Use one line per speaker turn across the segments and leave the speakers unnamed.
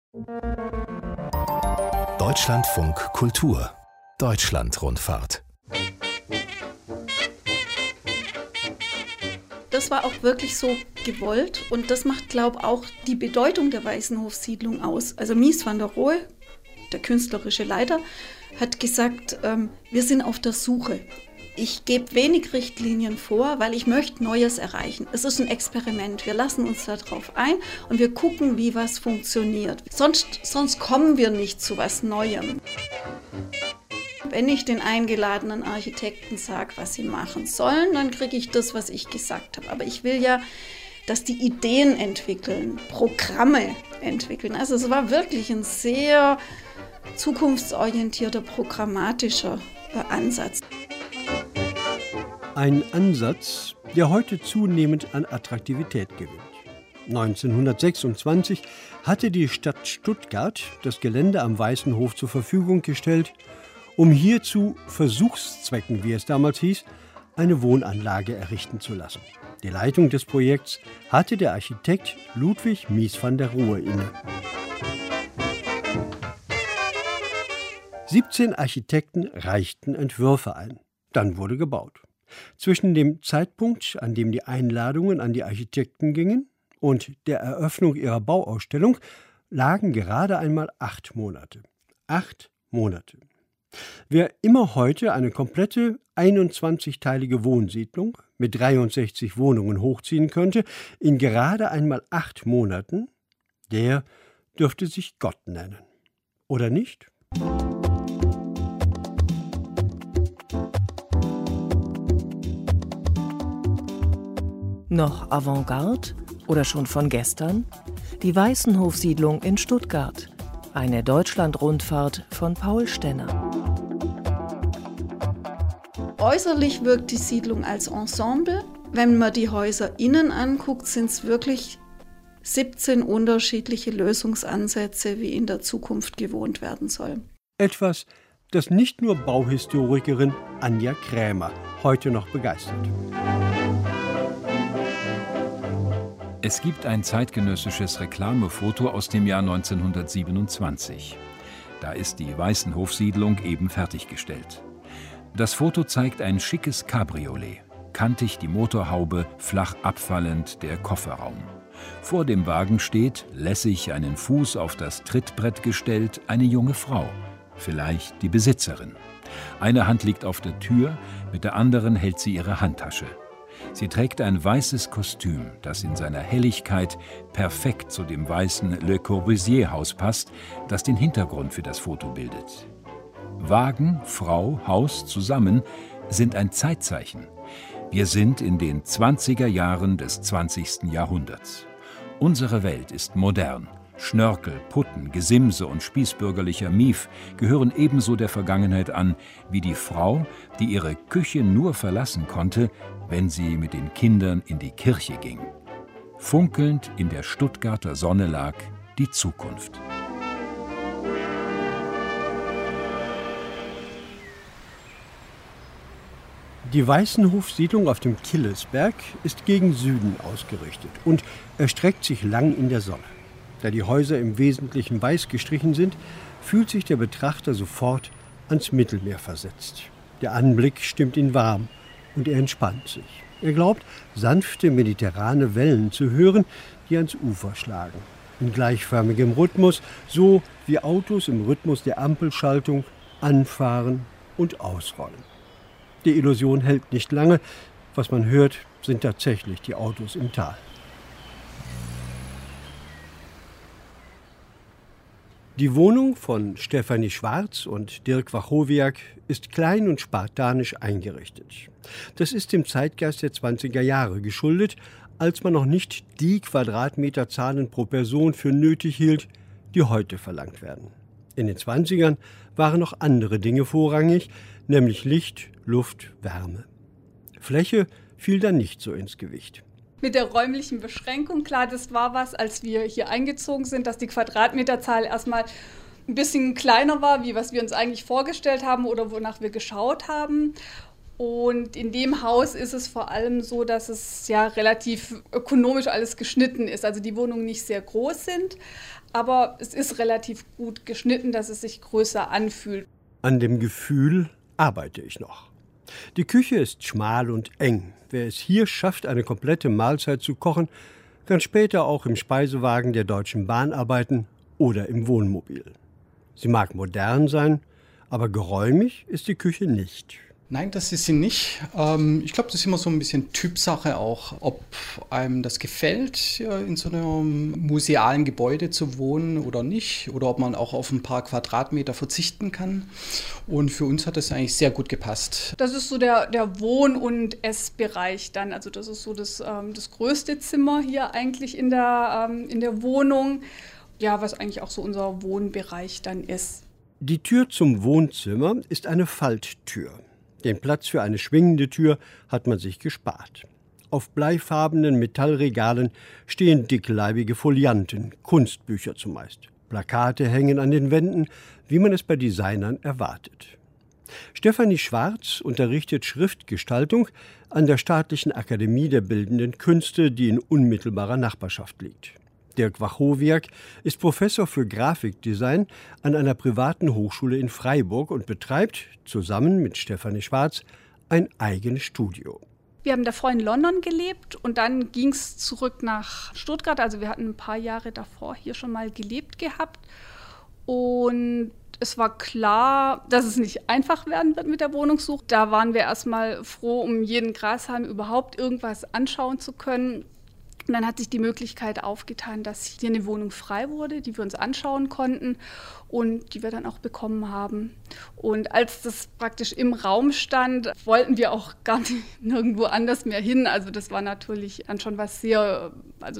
Deutschlandfunk Kultur. Deutschlandrundfahrt.
Das war auch wirklich so gewollt und das macht, glaube ich, auch die Bedeutung der Waisenhofsiedlung aus. Also Mies van der Rohe, der künstlerische Leiter, hat gesagt, wir sind auf der Suche. Ich gebe wenig Richtlinien vor, weil ich möchte Neues erreichen. Es ist ein Experiment. Wir lassen uns darauf ein und wir gucken, wie was funktioniert. Sonst kommen wir nicht zu was Neuem. Wenn ich den eingeladenen Architekten sage, was sie machen sollen, dann kriege ich das, was ich gesagt habe. Aber ich will ja, dass die Ideen entwickeln, Programme entwickeln. Also es war wirklich ein sehr zukunftsorientierter, programmatischer Ansatz.
Ein Ansatz, der heute zunehmend an Attraktivität gewinnt. 1926 hatte die Stadt Stuttgart das Gelände am Waisenhof zur Verfügung gestellt, um hier zu Versuchszwecken, wie es damals hieß, eine Wohnanlage errichten zu lassen. Die Leitung des Projekts hatte der Architekt Ludwig Mies van der Rohe inne. 17 Architekten reichten Entwürfe ein. Dann wurde gebaut. Zwischen dem Zeitpunkt, an dem die Einladungen an die Architekten gingen, und der Eröffnung ihrer Bauausstellung lagen gerade einmal 8 Monate. 8 Monate. Wer immer heute eine komplette 21-teilige Wohnsiedlung mit 63 Wohnungen hochziehen könnte, in gerade einmal 8 Monaten, der dürfte sich Gott nennen. Oder nicht?
Noch Avantgarde oder schon von gestern? Die Waisenhofsiedlung in Stuttgart. Eine Deutschlandrundfahrt von Paul Stenner.
Äußerlich wirkt die Siedlung als Ensemble. Wenn man die Häuser innen anguckt, sind es wirklich 17 unterschiedliche Lösungsansätze, wie in der Zukunft gewohnt werden soll.
Etwas, das nicht nur Bauhistorikerin Anja Krämer heute noch begeistert.
Es gibt ein zeitgenössisches Reklamefoto aus dem Jahr 1927. Da ist die Waisenhofsiedlung eben fertiggestellt. Das Foto zeigt ein schickes Cabriolet. Kantig die Motorhaube, flach abfallend der Kofferraum. Vor dem Wagen steht, lässig einen Fuß auf das Trittbrett gestellt, eine junge Frau. Vielleicht die Besitzerin. Eine Hand liegt auf der Tür, mit der anderen hält sie ihre Handtasche. Sie trägt ein weißes Kostüm, das in seiner Helligkeit perfekt zu dem weißen Le Corbusier-Haus passt, das den Hintergrund für das Foto bildet. Wagen, Frau, Haus zusammen sind ein Zeitzeichen. Wir sind in den 20er Jahren des 20. Jahrhunderts. Unsere Welt ist modern. Schnörkel, Putten, Gesimse und spießbürgerlicher Mief gehören ebenso der Vergangenheit an wie die Frau, die ihre Küche nur verlassen konnte, wenn sie mit den Kindern in die Kirche ging. Funkelnd in der Stuttgarter Sonne lag die Zukunft.
Die Waisenhofsiedlung auf dem Killesberg ist gegen Süden ausgerichtet und erstreckt sich lang in der Sonne. Da die Häuser im Wesentlichen weiß gestrichen sind, fühlt sich der Betrachter sofort ans Mittelmeer versetzt. Der Anblick stimmt ihn warm und er entspannt sich. Er glaubt, sanfte mediterrane Wellen zu hören, die ans Ufer schlagen. In gleichförmigem Rhythmus, so wie Autos im Rhythmus der Ampelschaltung anfahren und ausrollen. Die Illusion hält nicht lange. Was man hört, sind tatsächlich die Autos im Tal. Die Wohnung von Stefanie Schwarz und Dirk Wachowiak ist klein und spartanisch eingerichtet. Das ist dem Zeitgeist der 20er Jahre geschuldet, als man noch nicht die Quadratmeterzahlen pro Person für nötig hielt, die heute verlangt werden. In den 20ern waren noch andere Dinge vorrangig, nämlich Licht, Luft, Wärme. Fläche fiel dann nicht so ins Gewicht.
Mit der räumlichen Beschränkung, klar, das war was, als wir hier eingezogen sind, dass die Quadratmeterzahl erstmal ein bisschen kleiner war, wie was wir uns eigentlich vorgestellt haben oder wonach wir geschaut haben. Und in dem Haus ist es vor allem so, dass es ja relativ ökonomisch alles geschnitten ist. Also die Wohnungen nicht sehr groß sind, aber es ist relativ gut geschnitten, dass es sich größer anfühlt.
An dem Gefühl arbeite ich noch. Die Küche ist schmal und eng. Wer es hier schafft, eine komplette Mahlzeit zu kochen, kann später auch im Speisewagen der Deutschen Bahn arbeiten oder im Wohnmobil. Sie mag modern sein, aber geräumig ist die Küche nicht.
Nein, das ist sie nicht. Ich glaube, das ist immer so ein bisschen Typsache auch, ob einem das gefällt, in so einem musealen Gebäude zu wohnen oder nicht, oder ob man auch auf ein paar Quadratmeter verzichten kann. Und für uns hat das eigentlich sehr gut gepasst.
Das ist so der Wohn- und Essbereich dann. Also das ist so das größte Zimmer hier eigentlich in der Wohnung. Ja, was eigentlich auch so unser Wohnbereich dann ist.
Die Tür zum Wohnzimmer ist eine Falttür. Den Platz für eine schwingende Tür hat man sich gespart. Auf bleifarbenen Metallregalen stehen dickleibige Folianten, Kunstbücher zumeist. Plakate hängen an den Wänden, wie man es bei Designern erwartet. Stefanie Schwarz unterrichtet Schriftgestaltung an der Staatlichen Akademie der Bildenden Künste, die in unmittelbarer Nachbarschaft liegt. Dirk Wachowiak ist Professor für Grafikdesign an einer privaten Hochschule in Freiburg und betreibt, zusammen mit Stefanie Schwarz, ein eigenes Studio.
Wir haben davor in London gelebt und dann ging es zurück nach Stuttgart. Also wir hatten ein paar Jahre davor hier schon mal gelebt gehabt. Und es war klar, dass es nicht einfach werden wird mit der Wohnungssuche. Da waren wir erstmal froh, um jeden Grashalm überhaupt irgendwas anschauen zu können. Und dann hat sich die Möglichkeit aufgetan, dass hier eine Wohnung frei wurde, die wir uns anschauen konnten und die wir dann auch bekommen haben. Und als das praktisch im Raum stand, wollten wir auch gar nicht nirgendwo anders mehr hin. Also das war natürlich dann schon was sehr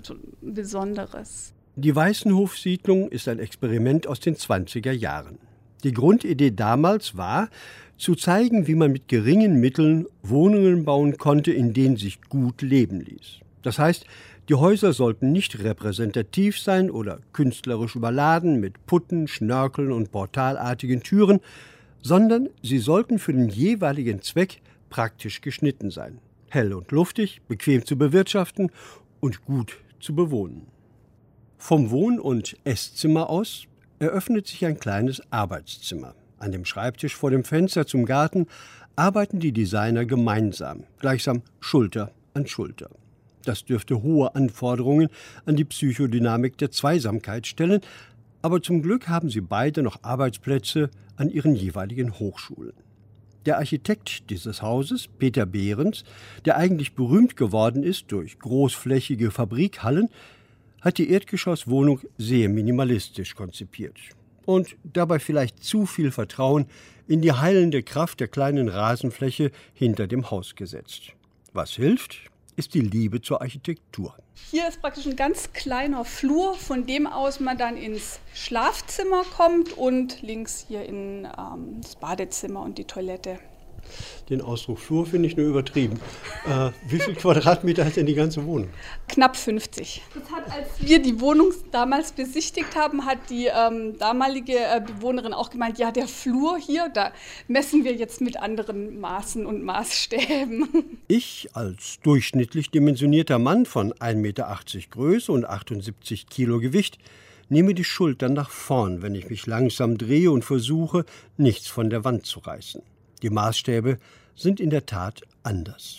Besonderes.
Die Weißenhof-Siedlung ist ein Experiment aus den 20er Jahren. Die Grundidee damals war, zu zeigen, wie man mit geringen Mitteln Wohnungen bauen konnte, in denen sich gut leben ließ. Das heißt, die Häuser sollten nicht repräsentativ sein oder künstlerisch überladen mit Putten, Schnörkeln und portalartigen Türen, sondern sie sollten für den jeweiligen Zweck praktisch geschnitten sein. Hell und luftig, bequem zu bewirtschaften und gut zu bewohnen. Vom Wohn- und Esszimmer aus eröffnet sich ein kleines Arbeitszimmer. An dem Schreibtisch vor dem Fenster zum Garten arbeiten die Designer gemeinsam, gleichsam Schulter an Schulter. Das dürfte hohe Anforderungen an die Psychodynamik der Zweisamkeit stellen, aber zum Glück haben sie beide noch Arbeitsplätze an ihren jeweiligen Hochschulen. Der Architekt dieses Hauses, Peter Behrens, der eigentlich berühmt geworden ist durch großflächige Fabrikhallen, hat die Erdgeschosswohnung sehr minimalistisch konzipiert und dabei vielleicht zu viel Vertrauen in die heilende Kraft der kleinen Rasenfläche hinter dem Haus gesetzt. Was hilft, ist die Liebe zur Architektur.
Hier ist praktisch ein ganz kleiner Flur, von dem aus man dann ins Schlafzimmer kommt und links hier in das Badezimmer und die Toilette.
Den Ausdruck Flur finde ich nur übertrieben. Wie viel Quadratmeter hat denn die ganze Wohnung?
Knapp 50. Das hat, als wir die Wohnung damals besichtigt haben, hat die damalige Bewohnerin auch gemeint, ja, der Flur hier, da messen wir jetzt mit anderen Maßen und Maßstäben.
Ich als durchschnittlich dimensionierter Mann von 1,80 Meter Größe und 78 Kilo Gewicht nehme die Schultern nach vorn, wenn ich mich langsam drehe und versuche, nichts von der Wand zu reißen. Die Maßstäbe sind in der Tat anders.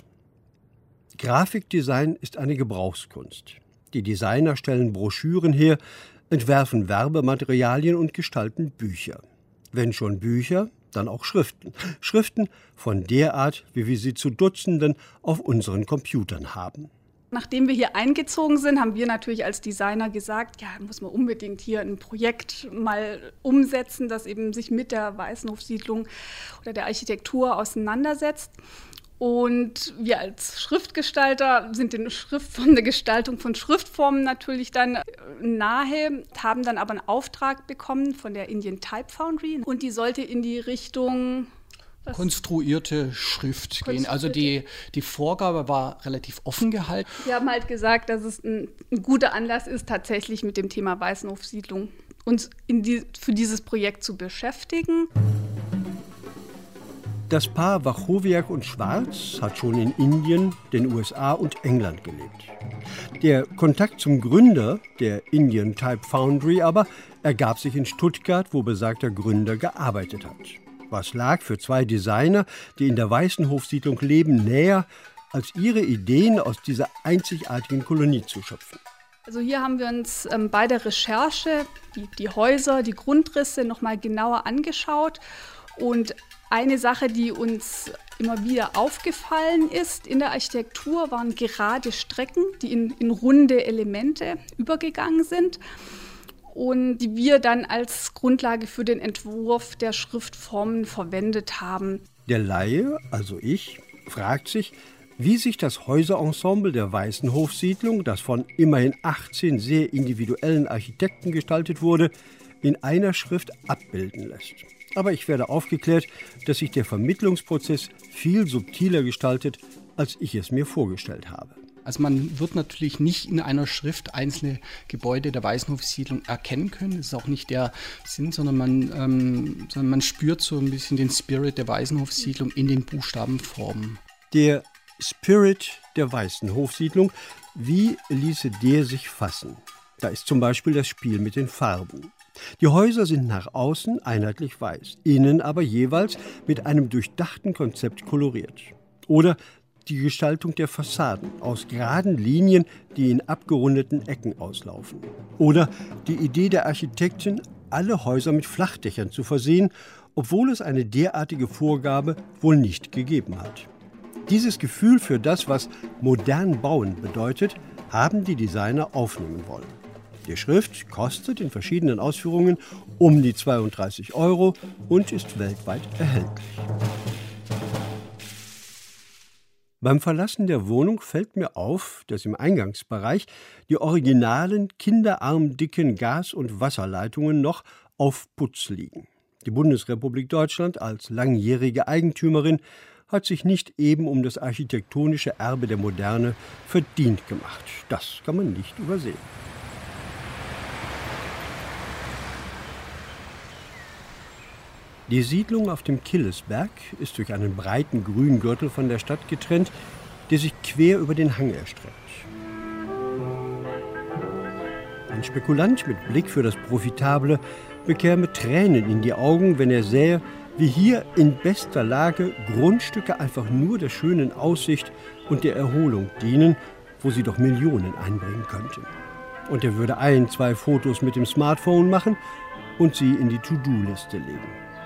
Grafikdesign ist eine Gebrauchskunst. Die Designer stellen Broschüren her, entwerfen Werbematerialien und gestalten Bücher. Wenn schon Bücher, dann auch Schriften. Schriften von der Art, wie wir sie zu Dutzenden auf unseren Computern haben.
Nachdem wir hier eingezogen sind, haben wir natürlich als Designer gesagt, ja, muss man unbedingt hier ein Projekt mal umsetzen, das eben sich mit der Weißenhof-Siedlung oder der Architektur auseinandersetzt. Und wir als Schriftgestalter sind der Gestaltung von Schriftformen natürlich dann nahe, haben dann aber einen Auftrag bekommen von der Indian Type Foundry und die sollte in die Richtung
konstruierte Schrift gehen. Also die Vorgabe war relativ offen gehalten.
Wir haben halt gesagt, dass es ein guter Anlass ist, tatsächlich mit dem Thema Weißenhof-Siedlung uns für dieses Projekt zu beschäftigen.
Das Paar Wachowiak und Schwarz hat schon in Indien, den USA und England gelebt. Der Kontakt zum Gründer der Indian Type Foundry aber ergab sich in Stuttgart, wo besagter Gründer gearbeitet hat. Was lag für zwei Designer, die in der Weißenhofsiedlung leben, näher, als ihre Ideen aus dieser einzigartigen Kolonie zu schöpfen?
Also hier haben wir uns bei der Recherche die Häuser, die Grundrisse nochmal genauer angeschaut. Und eine Sache, die uns immer wieder aufgefallen ist in der Architektur, waren gerade Strecken, die in runde Elemente übergegangen sind und die wir dann als Grundlage für den Entwurf der Schriftformen verwendet haben.
Der Laie, also ich, fragt sich, wie sich das Häuserensemble der Weißenhofsiedlung, das von immerhin 18 sehr individuellen Architekten gestaltet wurde, in einer Schrift abbilden lässt. Aber ich werde aufgeklärt, dass sich der Vermittlungsprozess viel subtiler gestaltet, als ich es mir vorgestellt habe.
Also man wird natürlich nicht in einer Schrift einzelne Gebäude der Weißenhofsiedlung erkennen können. Das ist auch nicht der Sinn, sondern man spürt so ein bisschen den Spirit der Weißenhofsiedlung in den Buchstabenformen.
Der Spirit der Weißenhofsiedlung, wie ließe der sich fassen? Da ist zum Beispiel das Spiel mit den Farben. Die Häuser sind nach außen einheitlich weiß, innen aber jeweils mit einem durchdachten Konzept koloriert. Oder die Gestaltung der Fassaden aus geraden Linien, die in abgerundeten Ecken auslaufen. Oder die Idee der Architekten, alle Häuser mit Flachdächern zu versehen, obwohl es eine derartige Vorgabe wohl nicht gegeben hat. Dieses Gefühl für das, was modern bauen bedeutet, haben die Designer aufnehmen wollen. Die Schrift kostet in verschiedenen Ausführungen um die 32 € und ist weltweit erhältlich. Beim Verlassen der Wohnung fällt mir auf, dass im Eingangsbereich die originalen, kinderarmdicken Gas- und Wasserleitungen noch auf Putz liegen. Die Bundesrepublik Deutschland als langjährige Eigentümerin hat sich nicht eben um das architektonische Erbe der Moderne verdient gemacht. Das kann man nicht übersehen. Die Siedlung auf dem Killesberg ist durch einen breiten Grüngürtel von der Stadt getrennt, der sich quer über den Hang erstreckt. Ein Spekulant mit Blick für das Profitable bekäme Tränen in die Augen, wenn er sähe, wie hier in bester Lage Grundstücke einfach nur der schönen Aussicht und der Erholung dienen, wo sie doch Millionen einbringen könnten. Und er würde 1, 2 Fotos mit dem Smartphone machen und sie in die To-Do-Liste legen.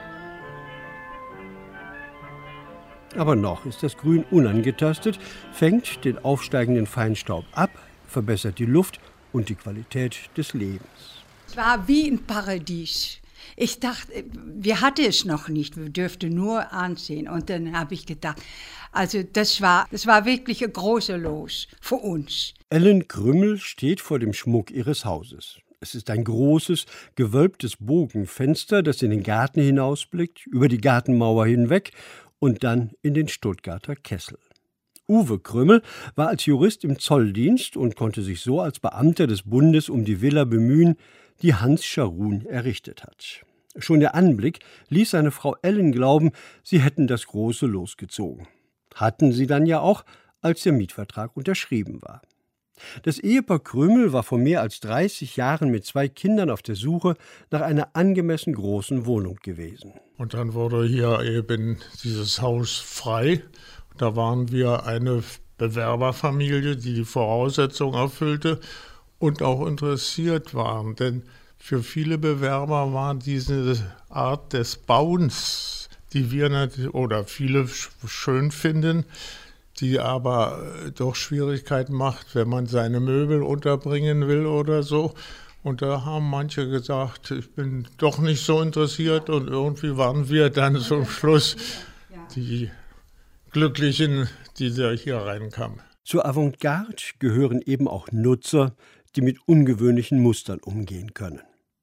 Aber noch ist das Grün unangetastet, fängt den aufsteigenden Feinstaub ab, verbessert die Luft und die Qualität des Lebens.
Es war wie ein Paradies. Ich dachte, wir hatten es noch nicht, wir dürften nur ansehen. Und dann habe ich gedacht, also das war wirklich ein großer Los für uns.
Ellen Krümmel steht vor dem Schmuck ihres Hauses. Es ist ein großes, gewölbtes Bogenfenster, das in den Garten hinausblickt, über die Gartenmauer hinweg und dann in den Stuttgarter Kessel. Uwe Krümmel war als Jurist im Zolldienst und konnte sich so als Beamter des Bundes um die Villa bemühen, die Hans Scharoun errichtet hat. Schon der Anblick ließ seine Frau Ellen glauben, sie hätten das große Los gezogen. Hatten sie dann ja auch, als der Mietvertrag unterschrieben war. Das Ehepaar Krümmel war vor mehr als 30 Jahren mit 2 Kindern auf der Suche nach einer angemessen großen Wohnung gewesen.
Und dann wurde hier eben dieses Haus frei. Da waren wir eine Bewerberfamilie, die die Voraussetzungen erfüllte und auch interessiert waren. Denn für viele Bewerber war diese Art des Bauens, die wir oder viele schön finden, die aber doch Schwierigkeiten macht, wenn man seine Möbel unterbringen will oder so. Und da haben manche gesagt, ich bin doch nicht so interessiert und irgendwie waren wir dann zum Schluss die Glücklichen, die da hier reinkamen.
Zur Avantgarde gehören eben auch Nutzer, die mit ungewöhnlichen Mustern umgehen können.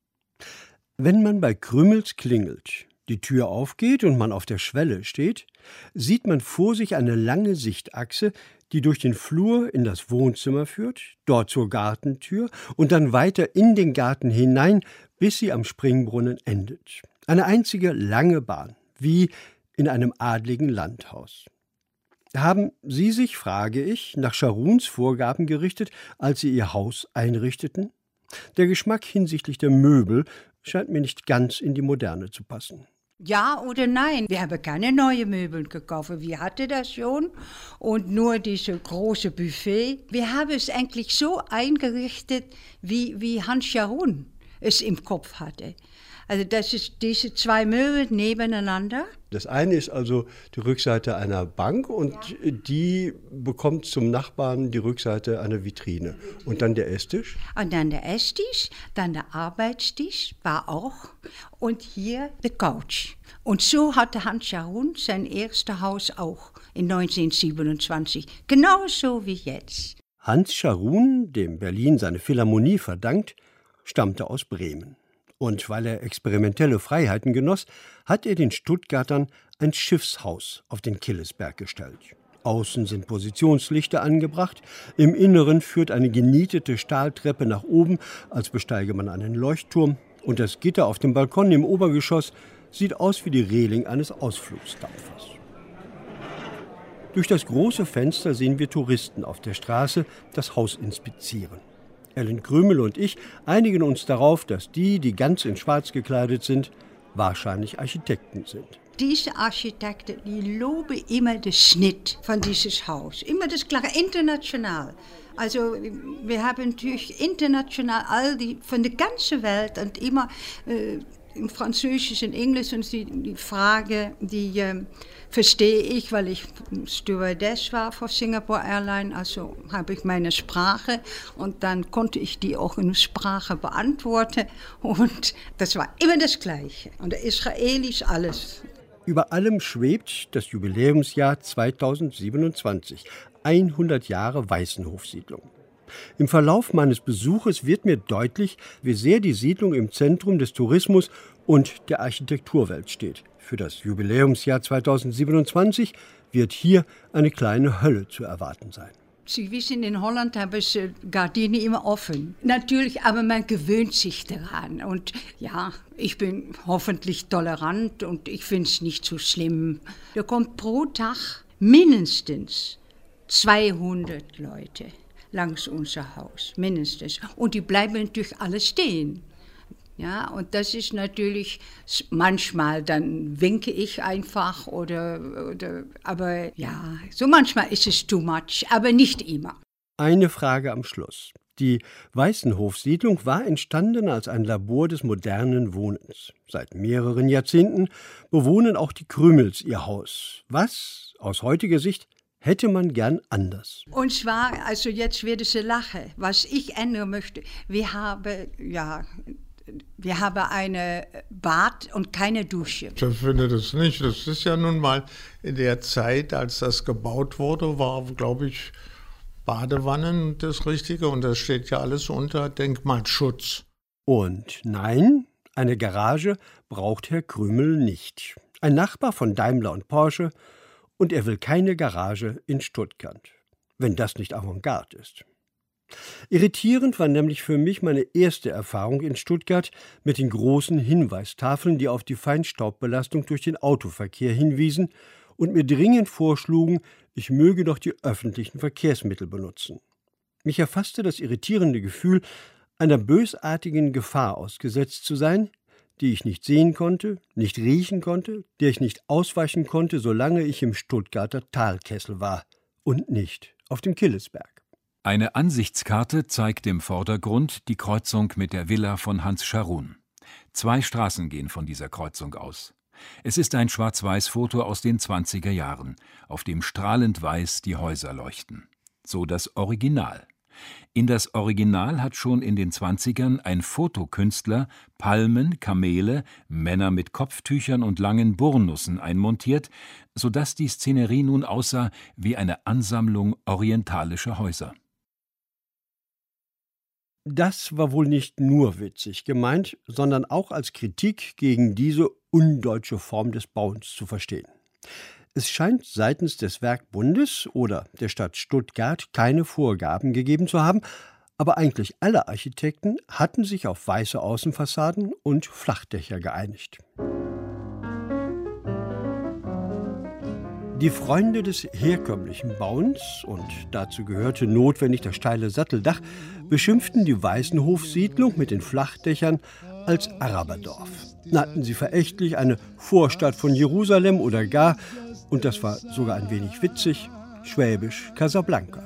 Wenn man bei Krümmels klingelt, die Tür aufgeht und man auf der Schwelle steht, sieht man vor sich eine lange Sichtachse, die durch den Flur in das Wohnzimmer führt, dort zur Gartentür und dann weiter in den Garten hinein, bis sie am Springbrunnen endet. Eine einzige lange Bahn, wie in einem adligen Landhaus. Haben Sie sich, frage ich, nach Scharuns Vorgaben gerichtet, als Sie Ihr Haus einrichteten? Der Geschmack hinsichtlich der Möbel scheint mir nicht ganz in die Moderne zu passen.
Ja oder nein? Wir haben keine neuen Möbel gekauft. Wir hatten das schon und nur diese große Buffet. Wir haben es eigentlich so eingerichtet, wie Hans Scharun es im Kopf hatte. Also das ist diese zwei Möbel nebeneinander.
Das eine ist also die Rückseite einer Bank und die bekommt zum Nachbarn die Rückseite einer Vitrine. Und dann der Esstisch?
Und dann der Esstisch, dann der Arbeitstisch war auch und hier die Couch. Und so hatte Hans Scharun sein erstes Haus auch in 1927, genauso wie jetzt.
Hans Scharun, dem Berlin seine Philharmonie verdankt, stammte aus Bremen. Und weil er experimentelle Freiheiten genoss, hat er den Stuttgartern ein Schiffshaus auf den Killesberg gestellt. Außen sind Positionslichter angebracht, im Inneren führt eine genietete Stahltreppe nach oben, als besteige man einen Leuchtturm, und das Gitter auf dem Balkon im Obergeschoss sieht aus wie die Reling eines Ausflugsdampfers. Durch das große Fenster sehen wir Touristen auf der Straße das Haus inspizieren. Ellen Krümel und ich einigen uns darauf, dass die ganz in Schwarz gekleidet sind, wahrscheinlich Architekten sind.
Diese Architekten, die loben immer den Schnitt von dieses Haus. Immer das Gleiche, international. Also wir haben natürlich international von der ganzen Welt und immer im Französisch, in Englisch und die Frage, die verstehe ich, weil ich Stewardess war für Singapore Airlines, also habe ich meine Sprache und dann konnte ich die auch in Sprache beantworten und das war immer das Gleiche und der Israelis alles.
Über allem schwebt das Jubiläumsjahr 2027, 100 Jahre Weißenhofsiedlung. Im Verlauf meines Besuches wird mir deutlich, wie sehr die Siedlung im Zentrum des Tourismus und der Architekturwelt steht. Für das Jubiläumsjahr 2027 wird hier eine kleine Hölle zu erwarten sein.
Sie wissen, in Holland haben sie Gardinen immer offen. Natürlich, aber man gewöhnt sich daran. Und ja, ich bin hoffentlich tolerant und ich finde es nicht so schlimm. Da kommt pro Tag mindestens 200 Leute langs unser Haus, mindestens. Und die bleiben natürlich alle stehen. Ja, und das ist natürlich, manchmal dann winke ich einfach aber ja, so manchmal ist es too much, aber nicht immer.
Eine Frage am Schluss. Die Weißenhofsiedlung war entstanden als ein Labor des modernen Wohnens. Seit mehreren Jahrzehnten bewohnen auch die Krümels ihr Haus. Was, aus heutiger Sicht, hätte man gern anders?
Und zwar, also jetzt werde ich lachen, was ich ändern möchte. Wir haben eine Bad und keine Dusche.
Ich finde das nicht. Das ist ja nun mal in der Zeit, als das gebaut wurde, war, glaube ich, Badewannen das Richtige. Und das steht ja alles unter Denkmalschutz.
Und nein, eine Garage braucht Herr Krümel nicht. Ein Nachbar von Daimler und Porsche, und er will keine Garage in Stuttgart, wenn das nicht Avantgarde ist. Irritierend war nämlich für mich meine erste Erfahrung in Stuttgart mit den großen Hinweistafeln, die auf die Feinstaubbelastung durch den Autoverkehr hinwiesen und mir dringend vorschlugen, ich möge doch die öffentlichen Verkehrsmittel benutzen. Mich erfasste das irritierende Gefühl, einer bösartigen Gefahr ausgesetzt zu sein, die ich nicht sehen konnte, nicht riechen konnte, der ich nicht ausweichen konnte, solange ich im Stuttgarter Talkessel war und nicht auf dem Killesberg.
Eine Ansichtskarte zeigt im Vordergrund die Kreuzung mit der Villa von Hans Scharun. 2 Straßen gehen von dieser Kreuzung aus. Es ist ein Schwarz-Weiß-Foto aus den 20er Jahren, auf dem strahlend weiß die Häuser leuchten. So das Original. In das Original hat schon in den 20ern ein Fotokünstler Palmen, Kamele, Männer mit Kopftüchern und langen Burnussen einmontiert, sodass die Szenerie nun aussah wie eine Ansammlung orientalischer Häuser.
Das war wohl nicht nur witzig gemeint, sondern auch als Kritik gegen diese undeutsche Form des Bauens zu verstehen. Es scheint seitens des Werkbundes oder der Stadt Stuttgart keine Vorgaben gegeben zu haben, aber eigentlich alle Architekten hatten sich auf weiße Außenfassaden und Flachdächer geeinigt. Die Freunde des herkömmlichen Bauens, und dazu gehörte notwendig das steile Satteldach, beschimpften die Weißenhofsiedlung mit den Flachdächern als Araberdorf. Nannten sie verächtlich eine Vorstadt von Jerusalem oder gar, und das war sogar ein wenig witzig, schwäbisch Casablanca.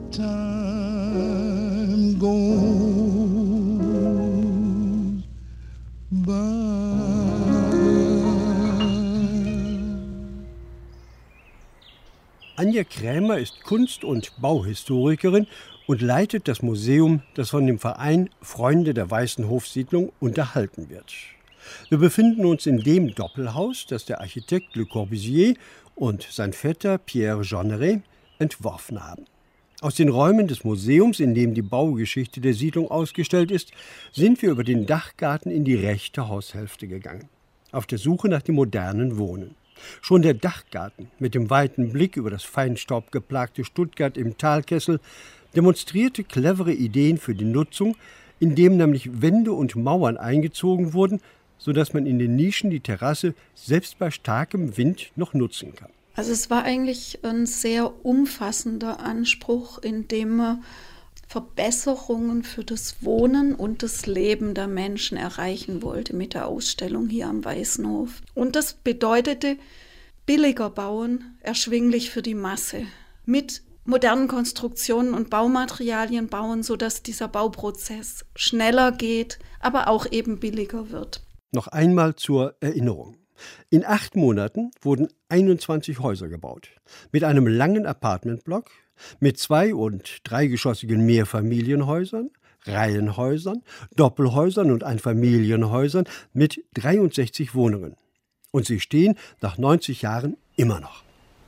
Anja Krämer ist Kunst- und Bauhistorikerin und leitet das Museum, das von dem Verein Freunde der Weißenhofsiedlung unterhalten wird. Wir befinden uns in dem Doppelhaus, das der Architekt Le Corbusier und sein Vetter Pierre Jeanneret entworfen haben. Aus den Räumen des Museums, in dem die Baugeschichte der Siedlung ausgestellt ist, sind wir über den Dachgarten in die rechte Haushälfte gegangen, auf der Suche nach dem modernen Wohnen. Schon der Dachgarten mit dem weiten Blick über das feinstaubgeplagte Stuttgart im Talkessel demonstrierte clevere Ideen für die Nutzung, indem nämlich Wände und Mauern eingezogen wurden, sodass man in den Nischen die Terrasse selbst bei starkem Wind noch nutzen kann.
Also es war eigentlich ein sehr umfassender Anspruch, in dem man Verbesserungen für das Wohnen und das Leben der Menschen erreichen wollte mit der Ausstellung hier am Weißenhof. Und das bedeutete billiger bauen, erschwinglich für die Masse, mit modernen Konstruktionen und Baumaterialien bauen, sodass dieser Bauprozess schneller geht, aber auch eben billiger wird.
Noch einmal zur Erinnerung. In 8 Monaten wurden 21 Häuser gebaut, mit einem langen Apartmentblock, mit 2- und 3-geschossigen Mehrfamilienhäusern, Reihenhäusern, Doppelhäusern und Einfamilienhäusern mit 63 Wohnungen. Und sie stehen nach 90 Jahren immer noch.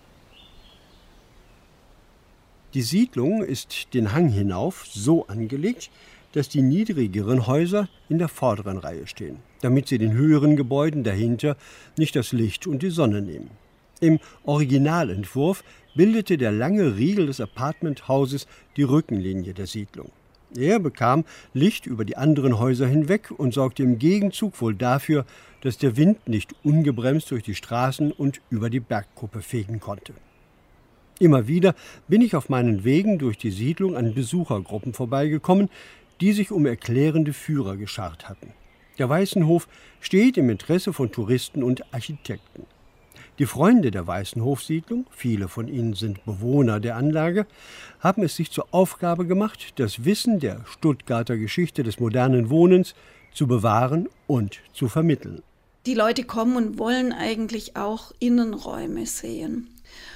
Die Siedlung ist den Hang hinauf so angelegt, dass die niedrigeren Häuser in der vorderen Reihe stehen, damit sie den höheren Gebäuden dahinter nicht das Licht und die Sonne nehmen. Im Originalentwurf bildete der lange Riegel des Apartmenthauses die Rückenlinie der Siedlung. Er bekam Licht über die anderen Häuser hinweg und sorgte im Gegenzug wohl dafür, dass der Wind nicht ungebremst durch die Straßen und über die Bergkuppe fegen konnte. Immer wieder bin ich auf meinen Wegen durch die Siedlung an Besuchergruppen vorbeigekommen, die sich um erklärende Führer geschart hatten. Der Weißenhof steht im Interesse von Touristen und Architekten. Die Freunde der Weißenhofsiedlung, viele von ihnen sind Bewohner der Anlage, haben es sich zur Aufgabe gemacht, das Wissen der Stuttgarter Geschichte des modernen Wohnens zu bewahren und zu vermitteln.
Die Leute kommen und wollen eigentlich auch Innenräume sehen.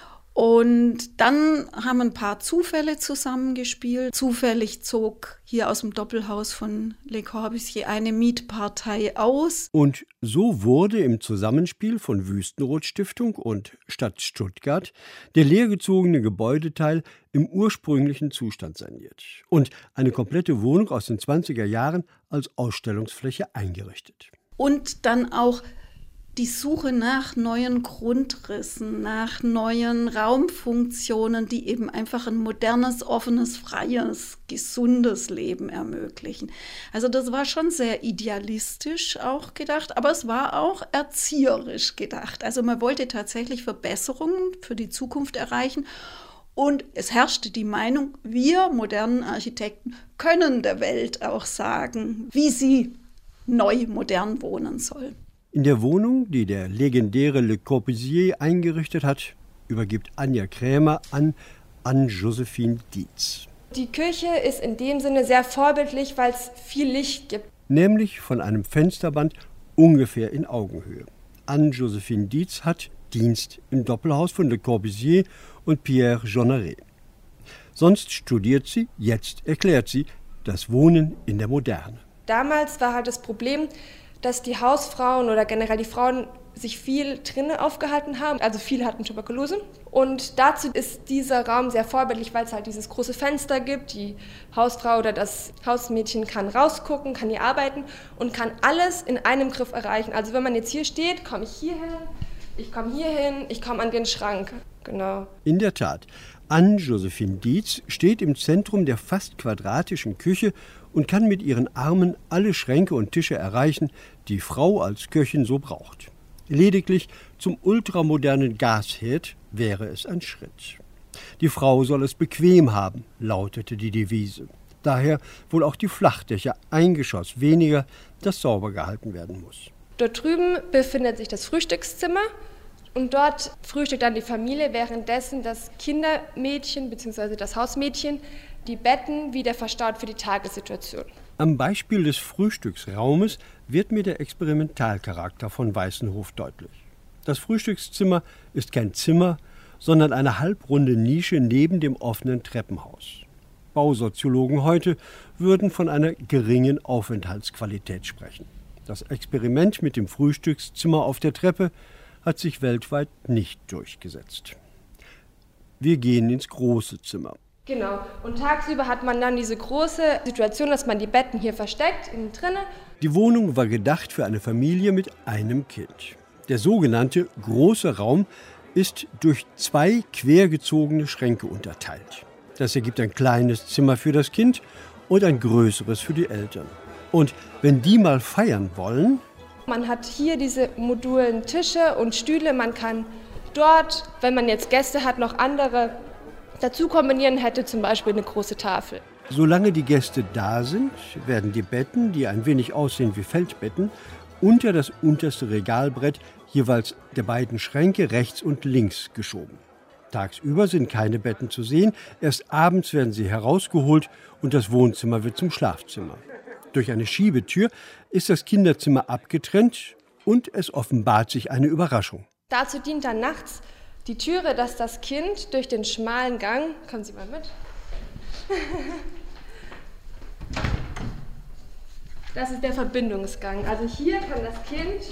Und dann haben ein paar Zufälle zusammengespielt. Zufällig zog hier aus dem Doppelhaus von Le Corbusier eine Mietpartei aus.
Und so wurde im Zusammenspiel von Wüstenrot-Stiftung und Stadt Stuttgart der leergezogene Gebäudeteil im ursprünglichen Zustand saniert und eine komplette Wohnung aus den 20er Jahren als Ausstellungsfläche eingerichtet.
Und dann auch die Suche nach neuen Grundrissen, nach neuen Raumfunktionen, die eben einfach ein modernes, offenes, freies, gesundes Leben ermöglichen. Also das war schon sehr idealistisch auch gedacht, aber es war auch erzieherisch gedacht. Also man wollte tatsächlich Verbesserungen für die Zukunft erreichen. Und es herrschte die Meinung, wir modernen Architekten können der Welt auch sagen, wie sie neu modern wohnen soll.
In der Wohnung, die der legendäre Le Corbusier eingerichtet hat, übergibt Anja Krämer an Anne-Josephine Dietz.
Die Küche ist in dem Sinne sehr vorbildlich, weil es viel Licht gibt.
Nämlich von einem Fensterband ungefähr in Augenhöhe. Anne-Josephine Dietz hat Dienst im Doppelhaus von Le Corbusier und Pierre Jeanneret. Sonst studiert sie, jetzt erklärt sie, das Wohnen in der Moderne.
Damals war halt das Problem, dass die Hausfrauen oder generell die Frauen sich viel drinnen aufgehalten haben. Also viele hatten Tuberkulose. Und dazu ist dieser Raum sehr vorbildlich, weil es halt dieses große Fenster gibt. Die Hausfrau oder das Hausmädchen kann rausgucken, kann hier arbeiten und kann alles in einem Griff erreichen. Also wenn man jetzt hier steht, komme ich hier hin, ich komme hier hin, ich komme an den Schrank. Genau.
In der Tat. Anne-Josephine Dietz steht im Zentrum der fast quadratischen Küche und kann mit ihren Armen alle Schränke und Tische erreichen, die Frau als Köchin so braucht. Lediglich zum ultramodernen Gasherd wäre es ein Schritt. Die Frau soll es bequem haben, lautete die Devise. Daher wohl auch die Flachdächer, ein Geschoss weniger, das sauber gehalten werden muss.
Dort drüben befindet sich das Frühstückszimmer und dort frühstückt dann die Familie, währenddessen das Kindermädchen bzw. das Hausmädchen die Betten wieder verstaut für die Tagessituation.
Am Beispiel des Frühstücksraumes wird mir der Experimentalcharakter von Weißenhof deutlich. Das Frühstückszimmer ist kein Zimmer, sondern eine halbrunde Nische neben dem offenen Treppenhaus. Bausoziologen heute würden von einer geringen Aufenthaltsqualität sprechen. Das Experiment mit dem Frühstückszimmer auf der Treppe hat sich weltweit nicht durchgesetzt. Wir gehen ins große Zimmer.
Genau. Und tagsüber hat man dann diese große Situation, dass man die Betten hier versteckt, innen drinnen.
Die Wohnung war gedacht für eine Familie mit einem Kind. Der sogenannte große Raum ist durch 2 quergezogene Schränke unterteilt. Das ergibt ein kleines Zimmer für das Kind und ein größeres für die Eltern. Und wenn die mal feiern wollen...
Man hat hier diese modulen Tische und Stühle. Man kann dort, wenn man jetzt Gäste hat, noch andere dazu kombinieren, hätte zum Beispiel eine große Tafel.
Solange die Gäste da sind, werden die Betten, die ein wenig aussehen wie Feldbetten, unter das unterste Regalbrett jeweils der beiden Schränke rechts und links geschoben. Tagsüber sind keine Betten zu sehen, erst abends werden sie herausgeholt und das Wohnzimmer wird zum Schlafzimmer. Durch eine Schiebetür ist das Kinderzimmer abgetrennt und es offenbart sich eine Überraschung.
Dazu dient dann nachts die Türe, dass das Kind durch den schmalen Gang, kommen Sie mal mit, das ist der Verbindungsgang. Also hier kann das Kind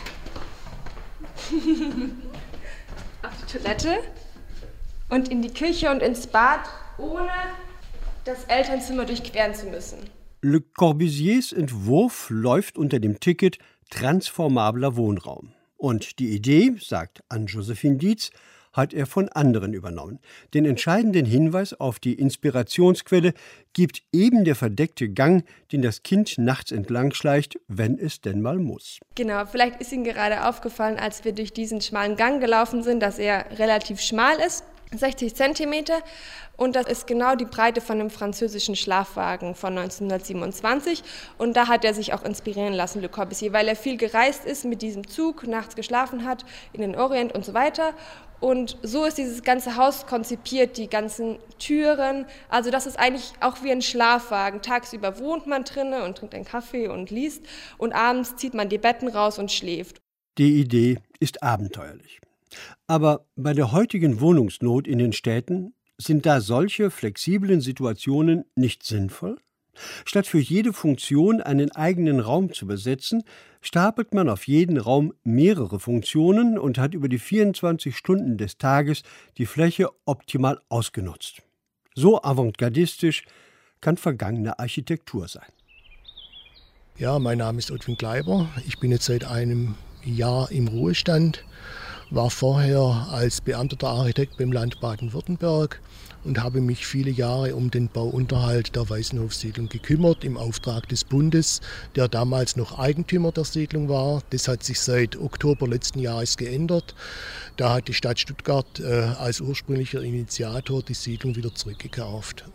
auf die Toilette und in die Küche und ins Bad, ohne das Elternzimmer durchqueren zu müssen.
Le Corbusiers Entwurf läuft unter dem Ticket transformabler Wohnraum. Und die Idee, sagt Anne-Josephine Dietz, hat er von anderen übernommen. Den entscheidenden Hinweis auf die Inspirationsquelle gibt eben der verdeckte Gang, den das Kind nachts entlang schleicht, wenn es denn mal muss.
Genau, vielleicht ist Ihnen gerade aufgefallen, als wir durch diesen schmalen Gang gelaufen sind, dass er relativ schmal ist, 60 Zentimeter. Und das ist genau die Breite von einem französischen Schlafwagen von 1927. Und da hat er sich auch inspirieren lassen, Le Corbusier, weil er viel gereist ist mit diesem Zug, nachts geschlafen hat, in den Orient und so weiter. Und so ist dieses ganze Haus konzipiert, die ganzen Türen. Also das ist eigentlich auch wie ein Schlafwagen. Tagsüber wohnt man drinnen und trinkt einen Kaffee und liest. Und abends zieht man die Betten raus und schläft.
Die Idee ist abenteuerlich. Aber bei der heutigen Wohnungsnot in den Städten sind da solche flexiblen Situationen nicht sinnvoll? Statt für jede Funktion einen eigenen Raum zu besetzen, stapelt man auf jeden Raum mehrere Funktionen und hat über die 24 Stunden des Tages die Fläche optimal ausgenutzt. So avantgardistisch kann vergangene Architektur sein.
Ja, mein Name ist Ottwin Kleiber. Ich bin jetzt seit einem Jahr im Ruhestand. War vorher als beamteter Architekt beim Land Baden-Württemberg und habe mich viele Jahre um den Bauunterhalt der Weißenhofsiedlung gekümmert, im Auftrag des Bundes, der damals noch Eigentümer der Siedlung war. Das hat sich seit Oktober letzten Jahres geändert. Da hat die Stadt Stuttgart als ursprünglicher Initiator die Siedlung wieder zurückgekauft.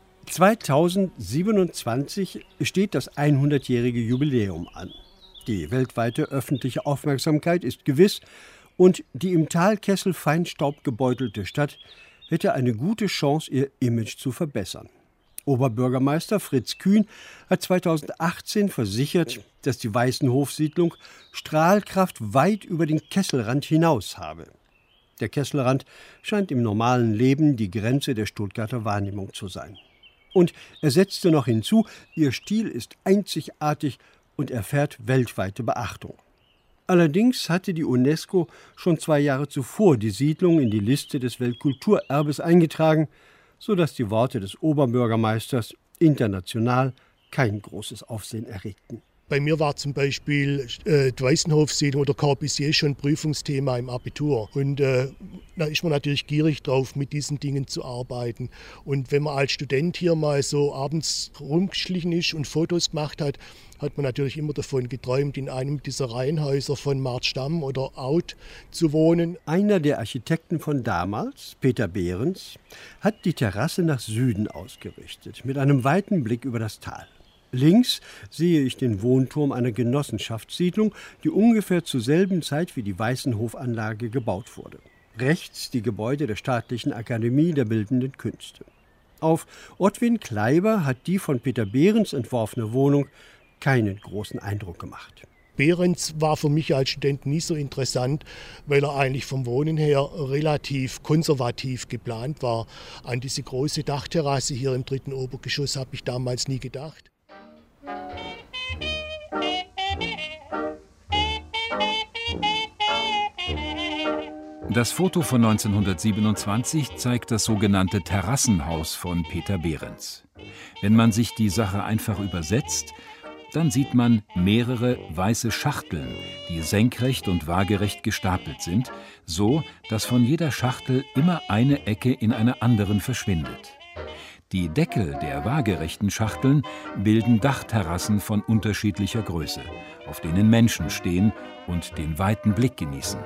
2027 steht das 100-jährige Jubiläum an. Die weltweite öffentliche Aufmerksamkeit ist gewiss, und die im Talkessel Feinstaub gebeutelte Stadt hätte eine gute Chance, ihr Image zu verbessern. Oberbürgermeister Fritz Kühn hat 2018 versichert, dass die Weißenhofsiedlung Strahlkraft weit über den Kesselrand hinaus habe. Der Kesselrand scheint im normalen Leben die Grenze der Stuttgarter Wahrnehmung zu sein. Und er setzte noch hinzu, ihr Stil ist einzigartig und erfährt weltweite Beachtung. Allerdings hatte die UNESCO schon 2 Jahre zuvor die Siedlung in die Liste des Weltkulturerbes eingetragen, sodass die Worte des Oberbürgermeisters international kein großes Aufsehen erregten.
Bei mir war zum Beispiel die Weißenhofsiedlung oder Corbusier schon Prüfungsthema im Abitur. Und da ist man natürlich gierig drauf, mit diesen Dingen zu arbeiten. Und wenn man als Student hier mal so abends rumgeschlichen ist und Fotos gemacht hat, hat man natürlich immer davon geträumt, in einem dieser Reihenhäuser von Martstamm oder Out zu wohnen.
Einer der Architekten von damals, Peter Behrens, hat die Terrasse nach Süden ausgerichtet, mit einem weiten Blick über das Tal. Links sehe ich den Wohnturm einer Genossenschaftssiedlung, die ungefähr zur selben Zeit wie die Weißenhofanlage gebaut wurde. Rechts die Gebäude der Staatlichen Akademie der Bildenden Künste. Auf Ottwin Kleiber hat die von Peter Behrens entworfene Wohnung keinen großen Eindruck gemacht.
Behrens war für mich als Student nie so interessant, weil er eigentlich vom Wohnen her relativ konservativ geplant war. An diese große Dachterrasse hier im 3. Obergeschoss habe ich damals nie gedacht.
Das Foto von 1927 zeigt das sogenannte Terrassenhaus von Peter Behrens. Wenn man sich die Sache einfach übersetzt, dann sieht man mehrere weiße Schachteln, die senkrecht und waagerecht gestapelt sind, so dass von jeder Schachtel immer eine Ecke in einer anderen verschwindet. Die Deckel der waagerechten Schachteln bilden Dachterrassen von unterschiedlicher Größe, auf denen Menschen stehen und den weiten Blick genießen.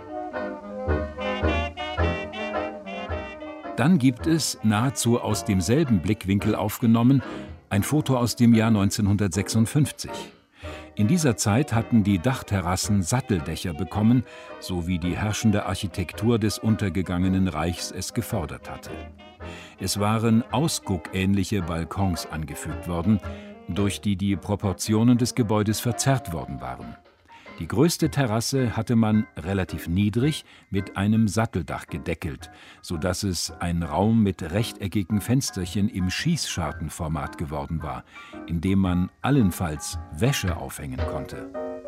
Dann gibt es, nahezu aus demselben Blickwinkel aufgenommen, ein Foto aus dem Jahr 1956. In dieser Zeit hatten die Dachterrassen Satteldächer bekommen, so wie die herrschende Architektur des untergegangenen Reichs es gefordert hatte. Es waren ausguckähnliche Balkons angefügt worden, durch die die Proportionen des Gebäudes verzerrt worden waren. Die größte Terrasse hatte man relativ niedrig mit einem Satteldach gedeckelt, sodass es ein Raum mit rechteckigen Fensterchen im Schießschartenformat geworden war, in dem man allenfalls Wäsche aufhängen konnte.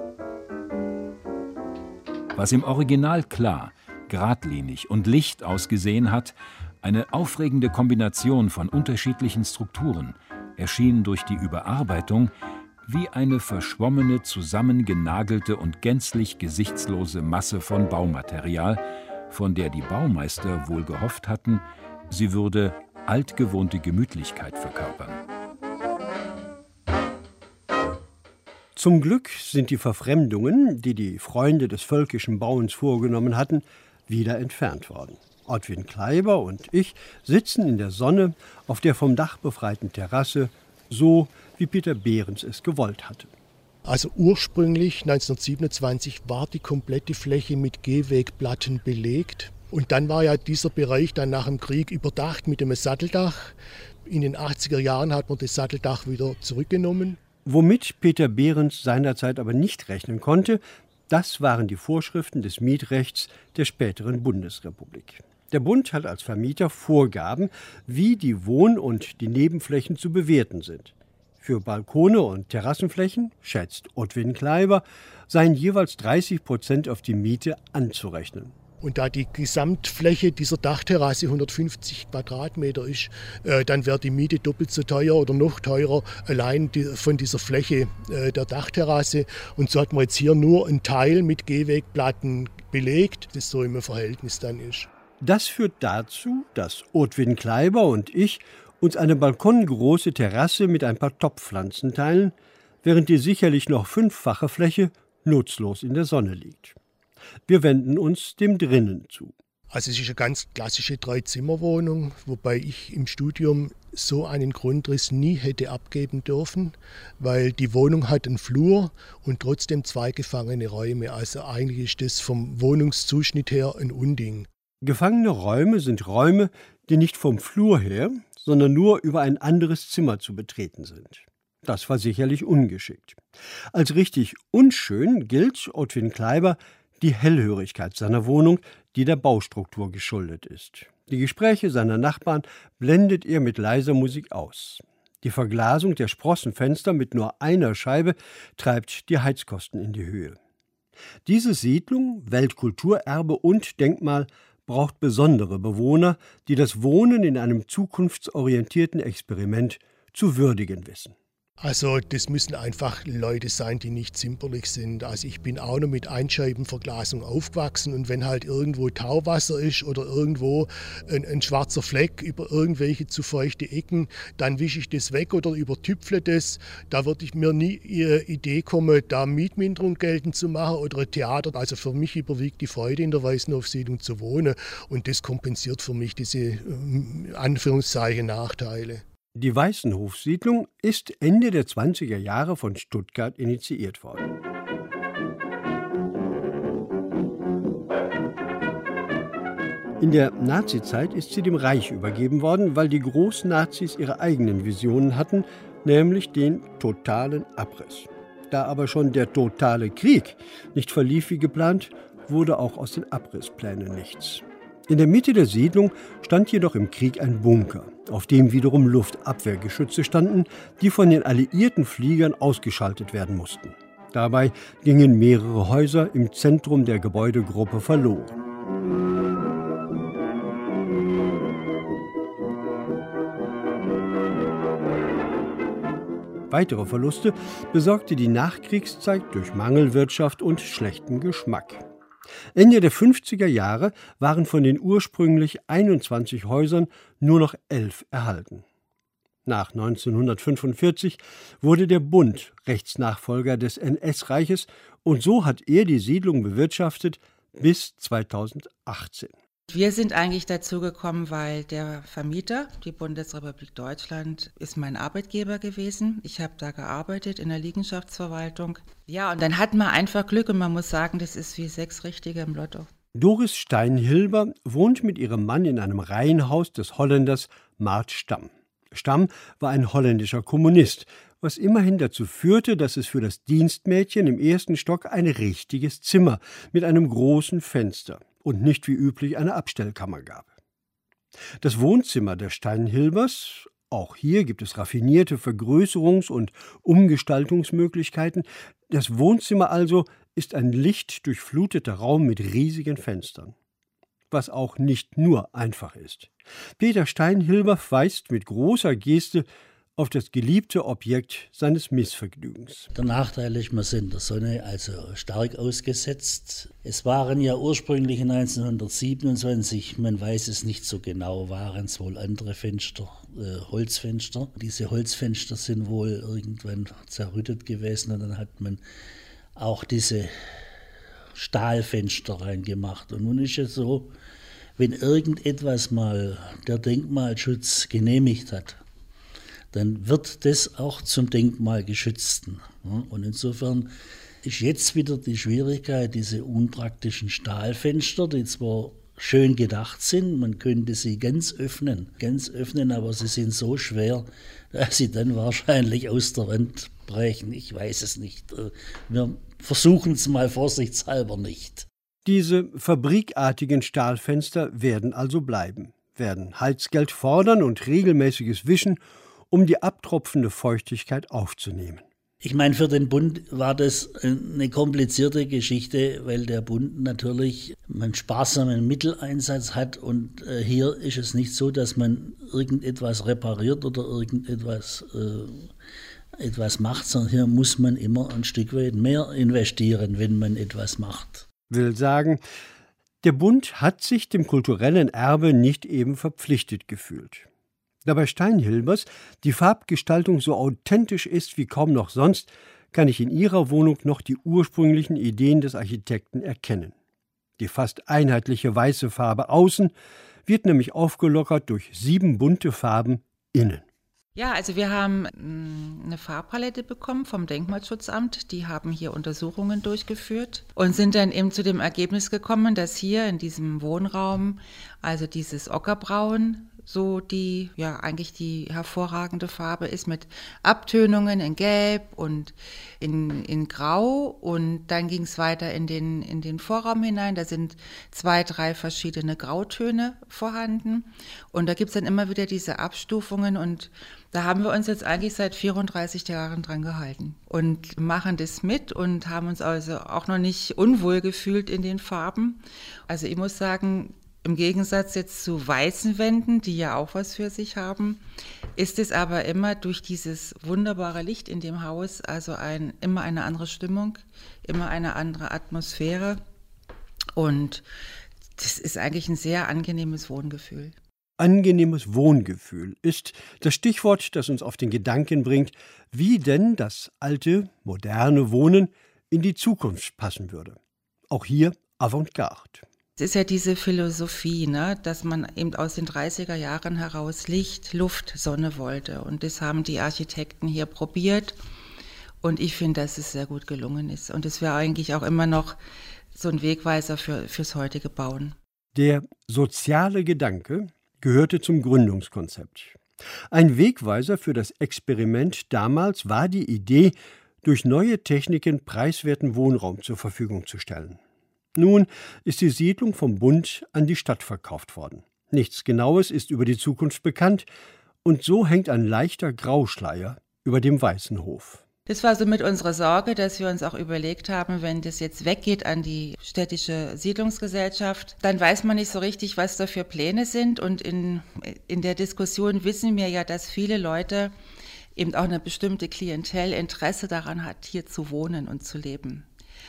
Was im Original klar, geradlinig und licht ausgesehen hat, eine aufregende Kombination von unterschiedlichen Strukturen, erschien durch die Überarbeitung wie eine verschwommene, zusammengenagelte und gänzlich gesichtslose Masse von Baumaterial, von der die Baumeister wohl gehofft hatten, sie würde altgewohnte Gemütlichkeit verkörpern.
Zum Glück sind die Verfremdungen, die die Freunde des völkischen Bauens vorgenommen hatten, wieder entfernt worden. Ottwin Kleiber und ich sitzen in der Sonne auf der vom Dach befreiten Terrasse, so wie Peter Behrens es gewollt hatte.
Also ursprünglich 1927 war die komplette Fläche mit Gehwegplatten belegt. Und dann war ja dieser Bereich dann nach dem Krieg überdacht mit einem Satteldach. In den 80er Jahren hat man das Satteldach wieder zurückgenommen.
Womit Peter Behrens seinerzeit aber nicht rechnen konnte, das waren die Vorschriften des Mietrechts der späteren Bundesrepublik. Der Bund hat als Vermieter Vorgaben, wie die Wohn- und die Nebenflächen zu bewerten sind. Für Balkone und Terrassenflächen, schätzt Ottwin Kleiber, seien jeweils 30% auf die Miete anzurechnen.
Und da die Gesamtfläche dieser Dachterrasse 150 Quadratmeter ist, dann wäre die Miete doppelt so teuer oder noch teurer, allein von dieser Fläche der Dachterrasse. Und so hat man jetzt hier nur einen Teil mit Gehwegplatten belegt, das so im Verhältnis dann ist.
Das führt dazu, dass Ottwin Kleiber und ich uns eine balkongroße Terrasse mit ein paar Topfpflanzen teilen, während die sicherlich noch 5-fache Fläche nutzlos in der Sonne liegt. Wir wenden uns dem Drinnen zu.
Also es ist eine ganz klassische 3-Zimmer-Wohnung, wobei ich im Studium so einen Grundriss nie hätte abgeben dürfen, weil die Wohnung hat einen Flur und trotzdem 2 gefangene Räume. Also eigentlich ist das vom Wohnungszuschnitt her ein Unding.
Gefangene Räume sind Räume, die nicht vom Flur her, sondern nur über ein anderes Zimmer zu betreten sind. Das war sicherlich ungeschickt. Als richtig unschön gilt Ottwin Kleiber die Hellhörigkeit seiner Wohnung, die der Baustruktur geschuldet ist. Die Gespräche seiner Nachbarn blendet er mit leiser Musik aus. Die Verglasung der Sprossenfenster mit nur einer Scheibe treibt die Heizkosten in die Höhe. Diese Siedlung, Weltkulturerbe und Denkmal, braucht besondere Bewohner, die das Wohnen in einem zukunftsorientierten Experiment zu würdigen wissen.
Also das müssen einfach Leute sein, die nicht zimperlich sind. Also ich bin auch noch mit Einscheibenverglasung aufgewachsen und wenn halt irgendwo Tauwasser ist oder irgendwo ein schwarzer Fleck über irgendwelche zu feuchte Ecken, dann wische ich das weg oder übertüpfle das. Da würde ich mir nie Idee kommen, da Mietminderung geltend zu machen oder ein Theater. Also für mich überwiegt die Freude, in der Weißenhofsiedlung zu wohnen und das kompensiert für mich diese Anführungszeichen Nachteile.
Die Weißenhofsiedlung ist Ende der 20er Jahre von Stuttgart initiiert worden. In der Nazizeit ist sie dem Reich übergeben worden, weil die Großnazis ihre eigenen Visionen hatten, nämlich den totalen Abriss. Da aber schon der totale Krieg nicht verlief wie geplant, wurde auch aus den Abrissplänen nichts. In der Mitte der Siedlung stand jedoch im Krieg ein Bunker, auf dem wiederum Luftabwehrgeschütze standen, die von den alliierten Fliegern ausgeschaltet werden mussten. Dabei gingen mehrere Häuser im Zentrum der Gebäudegruppe verloren. Weitere Verluste besorgte die Nachkriegszeit durch Mangelwirtschaft und schlechten Geschmack. Ende der 50er Jahre waren von den ursprünglich 21 Häusern nur noch 11 erhalten. Nach 1945 wurde der Bund Rechtsnachfolger des NS-Reiches und so hat er die Siedlung bewirtschaftet bis 2018.
Wir sind eigentlich dazu gekommen, weil der Vermieter, die Bundesrepublik Deutschland, ist mein Arbeitgeber gewesen. Ich habe da gearbeitet in der Liegenschaftsverwaltung. Ja, und dann hatten wir einfach Glück und man muss sagen, das ist wie 6 Richtige im Lotto.
Doris Steinhilber wohnt mit ihrem Mann in einem Reihenhaus des Holländers Mart Stam. Stam war ein holländischer Kommunist, was immerhin dazu führte, dass es für das Dienstmädchen im ersten Stock ein richtiges Zimmer mit einem großen Fenster und nicht wie üblich eine Abstellkammer gab. Das Wohnzimmer der Steinhilbers, auch hier gibt es raffinierte Vergrößerungs- und Umgestaltungsmöglichkeiten. Das Wohnzimmer also ist ein lichtdurchfluteter Raum mit riesigen Fenstern. Was auch nicht nur einfach ist. Peter Steinhilber weist mit großer Geste auf das geliebte Objekt seines Missvergnügens.
Der Nachteil ist, wir sind der Sonne also stark ausgesetzt. Es waren ja ursprünglich 1927, man weiß es nicht so genau, waren es wohl andere Fenster, Holzfenster. Diese Holzfenster sind wohl irgendwann zerrüttet gewesen und dann hat man auch diese Stahlfenster reingemacht. Und nun ist es so, wenn irgendetwas mal der Denkmalschutz genehmigt hat, dann wird das auch zum Denkmalgeschützten. Und insofern ist jetzt wieder die Schwierigkeit, diese unpraktischen Stahlfenster, die zwar schön gedacht sind, man könnte sie ganz öffnen, aber sie sind so schwer, dass sie dann wahrscheinlich aus der Wand brechen. Ich weiß es nicht. Wir versuchen es mal vorsichtshalber nicht.
Diese fabrikartigen Stahlfenster werden also bleiben, werden Heizgeld fordern und regelmäßiges Wischen, um die abtropfende Feuchtigkeit aufzunehmen.
Ich meine, für den Bund war das eine komplizierte Geschichte, weil der Bund natürlich einen sparsamen Mitteleinsatz hat und hier ist es nicht so, dass man irgendetwas repariert oder irgendetwas etwas macht, sondern hier muss man immer ein Stück weit mehr investieren, wenn man etwas macht.
Will sagen, der Bund hat sich dem kulturellen Erbe nicht eben verpflichtet gefühlt. Da bei Steinhilbers die Farbgestaltung so authentisch ist wie kaum noch sonst, kann ich in ihrer Wohnung noch die ursprünglichen Ideen des Architekten erkennen. Die fast einheitliche weiße Farbe außen wird nämlich aufgelockert durch 7 bunte Farben innen.
Ja, also wir haben eine Farbpalette bekommen vom Denkmalschutzamt. Die haben hier Untersuchungen durchgeführt und sind dann eben zu dem Ergebnis gekommen, dass hier in diesem Wohnraum also dieses Ockerbraun so die, ja eigentlich die hervorragende Farbe ist mit Abtönungen in Gelb und in Grau und dann ging es weiter in den Vorraum hinein, da sind 2, 3 verschiedene Grautöne vorhanden und da gibt es dann immer wieder diese Abstufungen und da haben wir uns jetzt eigentlich seit 34 Jahren dran gehalten und machen das mit und haben uns also auch noch nicht unwohl gefühlt in den Farben. Also ich muss sagen, im Gegensatz jetzt zu weißen Wänden, die ja auch was für sich haben, ist es aber immer durch dieses wunderbare Licht in dem Haus, also immer eine andere Stimmung, immer eine andere Atmosphäre. Und das ist eigentlich ein sehr angenehmes Wohngefühl.
Angenehmes Wohngefühl ist das Stichwort, das uns auf den Gedanken bringt, wie denn das alte, moderne Wohnen in die Zukunft passen würde. Auch hier Avantgarde.
Es ist ja diese Philosophie, ne, dass man eben aus den 30er Jahren heraus Licht, Luft, Sonne wollte. Und das haben die Architekten hier probiert. Und ich finde, dass es sehr gut gelungen ist. Und es wäre eigentlich auch immer noch so ein Wegweiser fürs heutige Bauen.
Der soziale Gedanke gehörte zum Gründungskonzept. Ein Wegweiser für das Experiment damals war die Idee, durch neue Techniken preiswerten Wohnraum zur Verfügung zu stellen. Nun ist die Siedlung vom Bund an die Stadt verkauft worden. Nichts Genaues ist über die Zukunft bekannt und so hängt ein leichter Grauschleier über dem Weißen Hof.
Das war somit unsere Sorge, dass wir uns auch überlegt haben, wenn das jetzt weggeht an die städtische Siedlungsgesellschaft, dann weiß man nicht so richtig, was da für Pläne sind. Und in der Diskussion wissen wir ja, dass viele Leute, eben auch eine bestimmte Klientel, Interesse daran hat, hier zu wohnen und zu leben.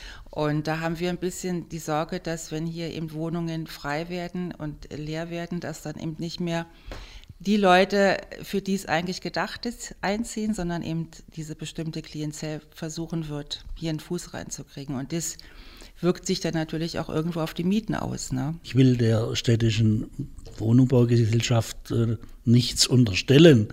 Und da haben wir ein bisschen die Sorge, dass wenn hier eben Wohnungen frei werden und leer werden, dass dann eben nicht mehr die Leute, für die es eigentlich gedacht ist, einziehen, sondern eben diese bestimmte Klientel versuchen wird, hier einen Fuß reinzukriegen. Und das wirkt sich dann natürlich auch irgendwo auf die Mieten aus. Ne?
Ich will der städtischen Wohnungsbaugesellschaft nichts unterstellen,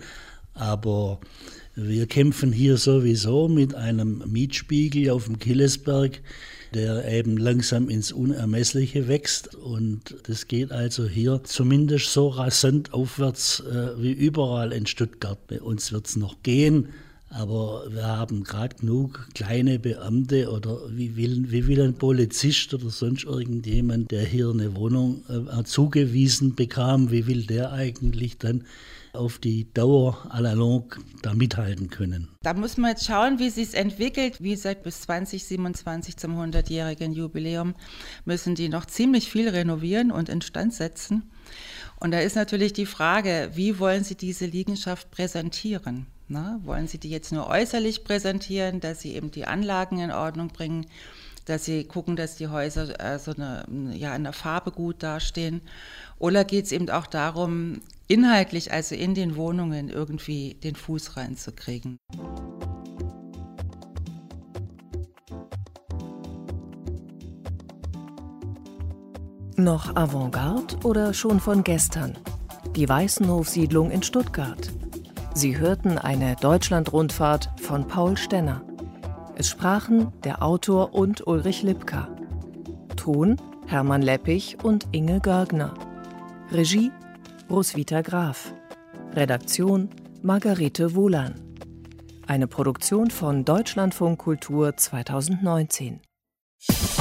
aber wir kämpfen hier sowieso mit einem Mietspiegel auf dem Killesberg, der eben langsam ins Unermessliche wächst. Und das geht also hier zumindest so rasant aufwärts wie überall in Stuttgart. Bei uns wird es noch gehen, aber wir haben gerade genug kleine Beamte oder wie will ein Polizist oder sonst irgendjemand, der hier eine Wohnung zugewiesen bekam, wie will der eigentlich dann auf die Dauer à la longue da mithalten können.
Da muss man jetzt schauen, wie es sich entwickelt. Wie gesagt, bis 2027 zum 100-jährigen Jubiläum müssen die noch ziemlich viel renovieren und instand setzen. Und da ist natürlich die Frage, wie wollen sie diese Liegenschaft präsentieren? Na, wollen sie die jetzt nur äußerlich präsentieren, dass sie eben die Anlagen in Ordnung bringen, dass sie gucken, dass die Häuser in der Farbe gut dastehen? Oder geht es eben auch darum, inhaltlich, also in den Wohnungen, irgendwie den Fuß reinzukriegen?
Noch Avantgarde oder schon von gestern? Die Weißenhof-Siedlung in Stuttgart. Sie hörten eine Deutschlandrundfahrt von Paul Stenner. Es sprachen der Autor und Ulrich Lipka. Ton Hermann Leppich und Inge Görgner. Regie Roswitha Graf. Redaktion Margarete Wohlan. Eine Produktion von Deutschlandfunk Kultur 2019.